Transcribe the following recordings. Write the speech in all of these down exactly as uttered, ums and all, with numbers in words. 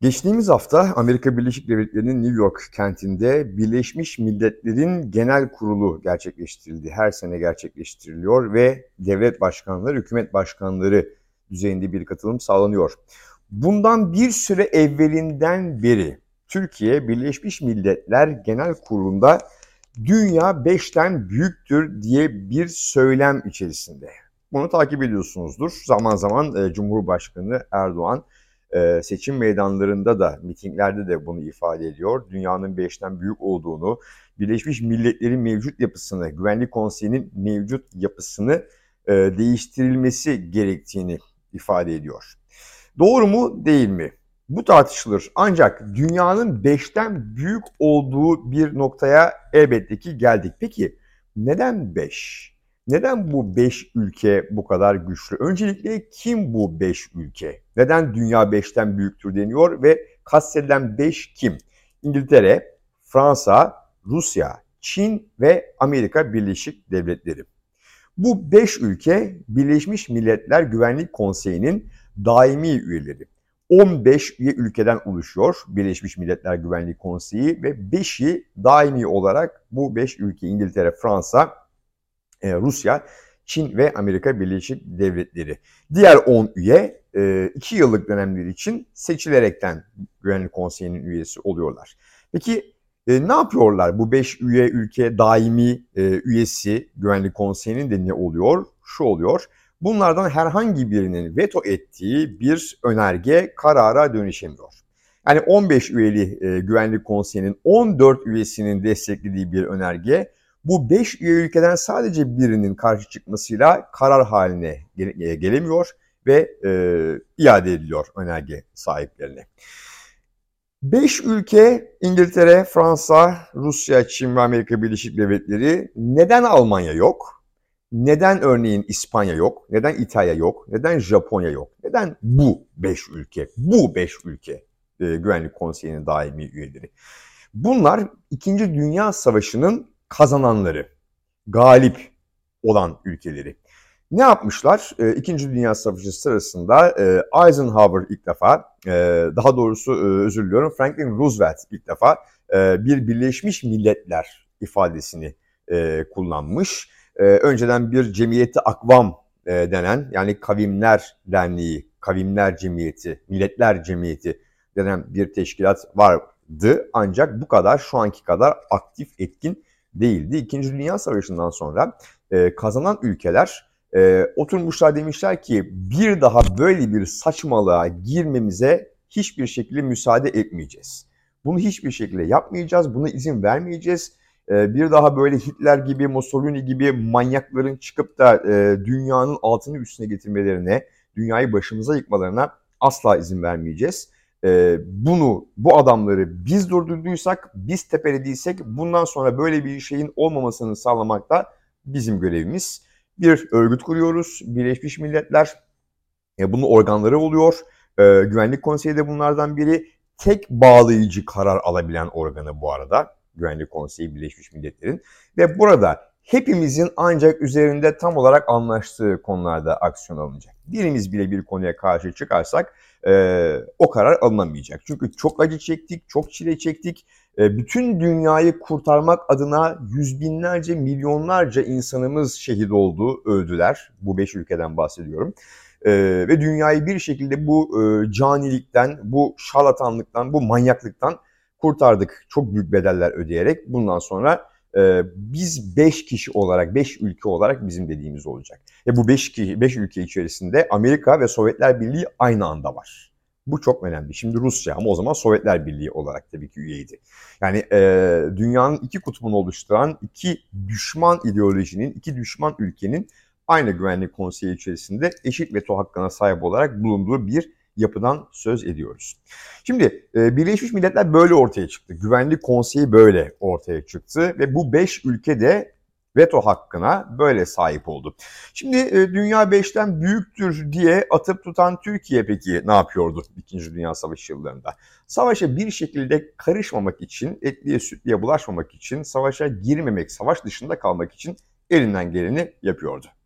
Geçtiğimiz hafta Amerika Birleşik Devletleri'nin New York kentinde Birleşmiş Milletler'in Genel Kurulu gerçekleştirildi. Her sene gerçekleştiriliyor ve devlet başkanları, hükümet başkanları düzeyinde bir katılım sağlanıyor. Bundan bir süre evvelinden beri Türkiye Birleşmiş Milletler Genel Kurulu'nda dünya beşten büyüktür diye bir söylem içerisinde. Bunu takip ediyorsunuzdur. Zaman zaman Cumhurbaşkanı Erdoğan seçim meydanlarında da, mitinglerde de bunu ifade ediyor. Dünyanın beşten büyük olduğunu, Birleşmiş Milletler'in mevcut yapısını, Güvenlik Konseyi'nin mevcut yapısını e, değiştirilmesi gerektiğini ifade ediyor. Doğru mu, değil mi? Bu tartışılır. Ancak dünyanın beşten büyük olduğu bir noktaya elbette ki geldik. Peki neden beş? Neden bu beş ülke bu kadar güçlü? Öncelikle kim bu beş ülke? Neden dünya beşten büyüktür deniyor ve kastedilen beş kim? İngiltere, Fransa, Rusya, Çin ve Amerika Birleşik Devletleri. Bu beş ülke Birleşmiş Milletler Güvenlik Konseyi'nin daimi üyeleri. on beş üye ülkeden oluşuyor Birleşmiş Milletler Güvenlik Konseyi ve beşi daimi olarak bu beş ülke İngiltere, Fransa, Rusya, Çin ve Amerika Birleşik Devletleri. Diğer on üye iki yıllık dönemleri için seçilerekten Güvenlik Konseyi'nin üyesi oluyorlar. Peki e, ne yapıyorlar? Bu beş üye ülke daimi e, üyesi Güvenlik Konseyi'nin de ne oluyor? Şu oluyor. Bunlardan herhangi birinin veto ettiği bir önerge karara dönüşemiyor. Yani on beş üyeli e, Güvenlik Konseyi'nin on dört üyesinin desteklediği bir önerge bu beş üye ülkeden sadece birinin karşı çıkmasıyla karar haline gele- gelemiyor ve e, iade ediliyor önerge sahiplerine. beş ülke İngiltere, Fransa, Rusya, Çin ve Amerika Birleşik Devletleri. Neden Almanya yok? Neden örneğin İspanya yok? Neden İtalya yok? Neden Japonya yok? Neden bu beş ülke? Bu beş ülke e, Güvenlik Konseyi'nin daimi üyeleri. Bunlar İkinci Dünya Savaşı'nın kazananları, galip olan ülkeleri. Ne yapmışlar? E, İkinci Dünya Savaşı sırasında e, Eisenhower ilk defa, e, daha doğrusu e, özür diliyorum Franklin Roosevelt ilk defa e, bir Birleşmiş Milletler ifadesini e, kullanmış. E, önceden bir cemiyeti akvam e, denen, yani Kavimler Derneği, Kavimler Cemiyeti, Milletler Cemiyeti denen bir teşkilat vardı. Ancak bu kadar, şu anki kadar aktif, etkin değildi. İkinci Dünya Savaşı'ndan sonra e, kazanan ülkeler e, oturmuşlar, demişler ki bir daha böyle bir saçmalığa girmemize hiçbir şekilde müsaade etmeyeceğiz. Bunu hiçbir şekilde yapmayacağız, buna izin vermeyeceğiz. E, bir daha böyle Hitler gibi, Mussolini gibi manyakların çıkıp da e, dünyanın altını üstüne getirmelerine, dünyayı başımıza yıkmalarına asla izin vermeyeceğiz. Ee, bunu, bu adamları biz durdurduysak, biz tepelediysek bundan sonra böyle bir şeyin olmamasını sağlamak da bizim görevimiz. Bir örgüt kuruyoruz, Birleşmiş Milletler, e, bunun organları oluyor. E, Güvenlik Konseyi de bunlardan biri. Tek bağlayıcı karar alabilen organı bu arada Güvenlik Konseyi Birleşmiş Milletler'in. Ve burada hepimizin ancak üzerinde tam olarak anlaştığı konularda aksiyon alınacak. Birimiz bile bir konuya karşı çıkarsak e, o karar alınamayacak. Çünkü çok acı çektik, çok çile çektik. E, bütün dünyayı kurtarmak adına yüz binlerce, milyonlarca insanımız şehit oldu, öldüler. Bu beş ülkeden bahsediyorum. Ee, ve dünyayı bir şekilde bu e, canilikten, bu şarlatanlıktan, bu manyaklıktan kurtardık. Çok büyük bedeller ödeyerek. Bundan sonra e, biz beş kişi olarak, beş ülke olarak bizim dediğimiz olacak. Ve bu beş ülke içerisinde Amerika ve Sovyetler Birliği aynı anda var. Bu çok önemli. Şimdi Rusya, ama o zaman Sovyetler Birliği olarak tabii ki üyeydi. Yani e, dünyanın iki kutbunu oluşturan iki düşman ideolojinin, iki düşman ülkenin aynı Güvenlik Konseyi içerisinde eşit veto hakkına sahip olarak bulunduğu bir yapıdan söz ediyoruz. Şimdi Birleşmiş Milletler böyle ortaya çıktı. Güvenlik Konseyi böyle ortaya çıktı ve bu beş ülke de veto hakkına böyle sahip oldu. Şimdi dünya beşten büyüktür diye atıp tutan Türkiye peki ne yapıyordu İkinci Dünya Savaşı yıllarında? Savaşa bir şekilde karışmamak için, etliye sütliye bulaşmamak için, savaşa girmemek, savaş dışında kalmak için elinden geleni yapıyordu.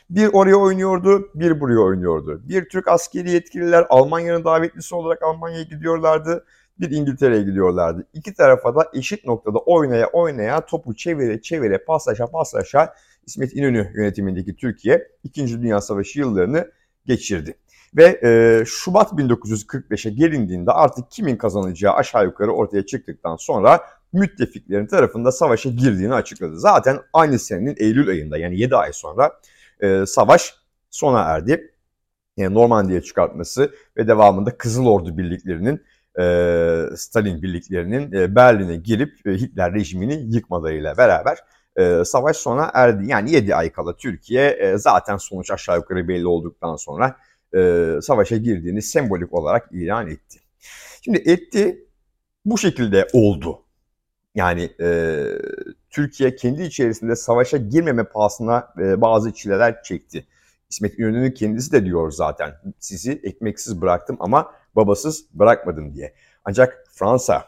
Bir oraya oynuyordu, bir buraya oynuyordu. Bir Türk askeri yetkililer Almanya'nın davetlisi olarak Almanya'ya gidiyorlardı. Bir İngiltere'ye gidiyorlardı. İki tarafa da eşit noktada oynaya oynaya topu çevire çevire paslaşa paslaşa İsmet İnönü yönetimindeki Türkiye İkinci Dünya Savaşı yıllarını geçirdi. Ve e, Şubat bin dokuz yüz kırk beşe gelindiğinde artık kimin kazanacağı aşağı yukarı ortaya çıktıktan sonra müttefiklerin tarafında savaşa girdiğini açıkladı. Zaten aynı senenin Eylül ayında, yani yedi ay sonra e, savaş sona erdi. Yani Normandiya çıkartması ve devamında Kızıl Ordu birliklerinin, e, Stalin birliklerinin e, Berlin'e girip e, Hitler rejimini yıkmalarıyla beraber e, savaş sona erdi. Yani yedi ay kala Türkiye e, zaten sonuç aşağı yukarı belli olduktan sonra e, savaşa girdiğini sembolik olarak ilan etti. Şimdi etti, bu şekilde oldu. Yani e, Türkiye kendi içerisinde savaşa girmeme pahasına e, bazı çileler çekti. İsmet İnönü'nün kendisi de diyor zaten, sizi ekmeksiz bıraktım ama babasız bırakmadım diye. Ancak Fransa,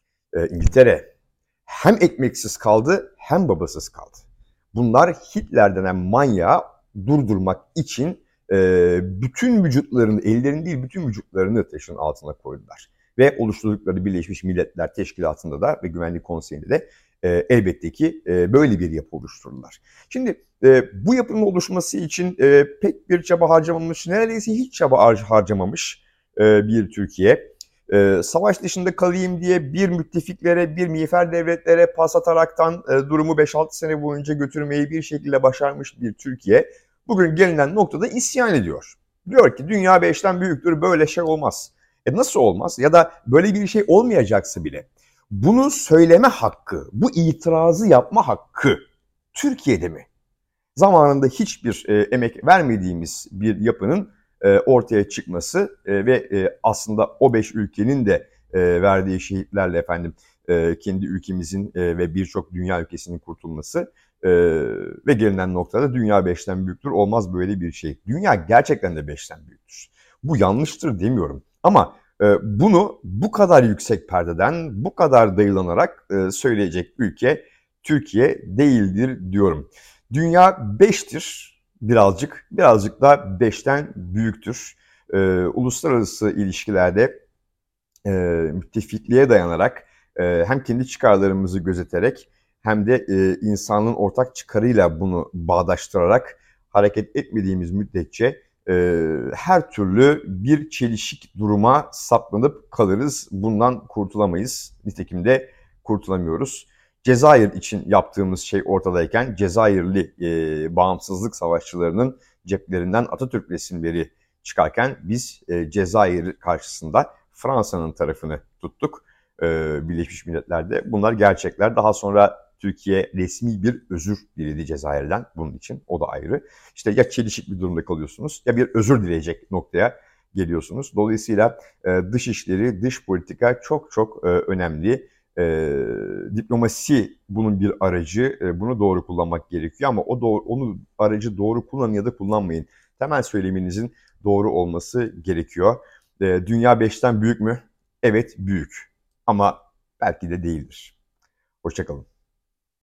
e, İngiltere hem ekmeksiz kaldı hem babasız kaldı. Bunlar Hitler denen manyağı durdurmak için e, bütün vücutlarını, ellerini değil bütün vücutlarını taşın altına koydular. Ve oluşturdukları Birleşmiş Milletler Teşkilatı'nda da ve Güvenlik Konseyi'nde de e, elbette ki e, böyle bir yapı oluşturdular. Şimdi e, bu yapının oluşması için e, pek bir çaba harcamamış, neredeyse hiç çaba har harcamamış e, bir Türkiye. E, savaş dışında kalayım diye bir müttefiklere, bir miğfer devletlere pas ataraktan e, durumu beş altı sene boyunca götürmeyi bir şekilde başarmış bir Türkiye bugün gelinen noktada isyan ediyor. Diyor ki dünya beşten büyüktür, böyle şey olmaz. E nasıl olmaz? Ya da böyle bir şey olmayacaksa bile bunu söyleme hakkı, bu itirazı yapma hakkı Türkiye'de mi? Zamanında hiçbir e, emek vermediğimiz bir yapının e, ortaya çıkması e, ve e, aslında o beş ülkenin de e, verdiği şehitlerle efendim e, kendi ülkemizin e, ve birçok dünya ülkesinin kurtulması e, ve gelinen noktada dünya beşten büyüktür, olmaz böyle bir şey. Dünya gerçekten de beşten büyüktür. Bu yanlıştır demiyorum ama e, bunu bu kadar yüksek perdeden, bu kadar dayılanarak e, söyleyecek ülke Türkiye değildir diyorum. Dünya beştir birazcık, birazcık da beşten büyüktür. Ee, uluslararası ilişkilerde e, müttefikliğe dayanarak e, hem kendi çıkarlarımızı gözeterek hem de e, insanlığın ortak çıkarıyla bunu bağdaştırarak hareket etmediğimiz müddetçe e, her türlü bir çelişik duruma saplanıp kalırız. Bundan kurtulamayız. Nitekim de kurtulamıyoruz. Cezayir için yaptığımız şey ortadayken Cezayirli e, bağımsızlık savaşçılarının ceplerinden Atatürk resimleri çıkarken biz e, Cezayir karşısında Fransa'nın tarafını tuttuk e, Birleşmiş Milletler'de. Bunlar gerçekler. Daha sonra Türkiye resmi bir özür diledi Cezayir'den bunun için. O da ayrı. İşte ya çelişik bir durumda kalıyorsunuz ya bir özür dileyecek noktaya geliyorsunuz. Dolayısıyla e, dış işleri, dış politika çok çok e, önemli. E, diplomasi bunun bir aracı, e, bunu doğru kullanmak gerekiyor ama o doğru, onu aracı doğru kullanın ya da kullanmayın. Temel söyleminizin doğru olması gerekiyor. E, dünya beşten büyük mü? Evet büyük ama belki de değildir. Hoşça kalın.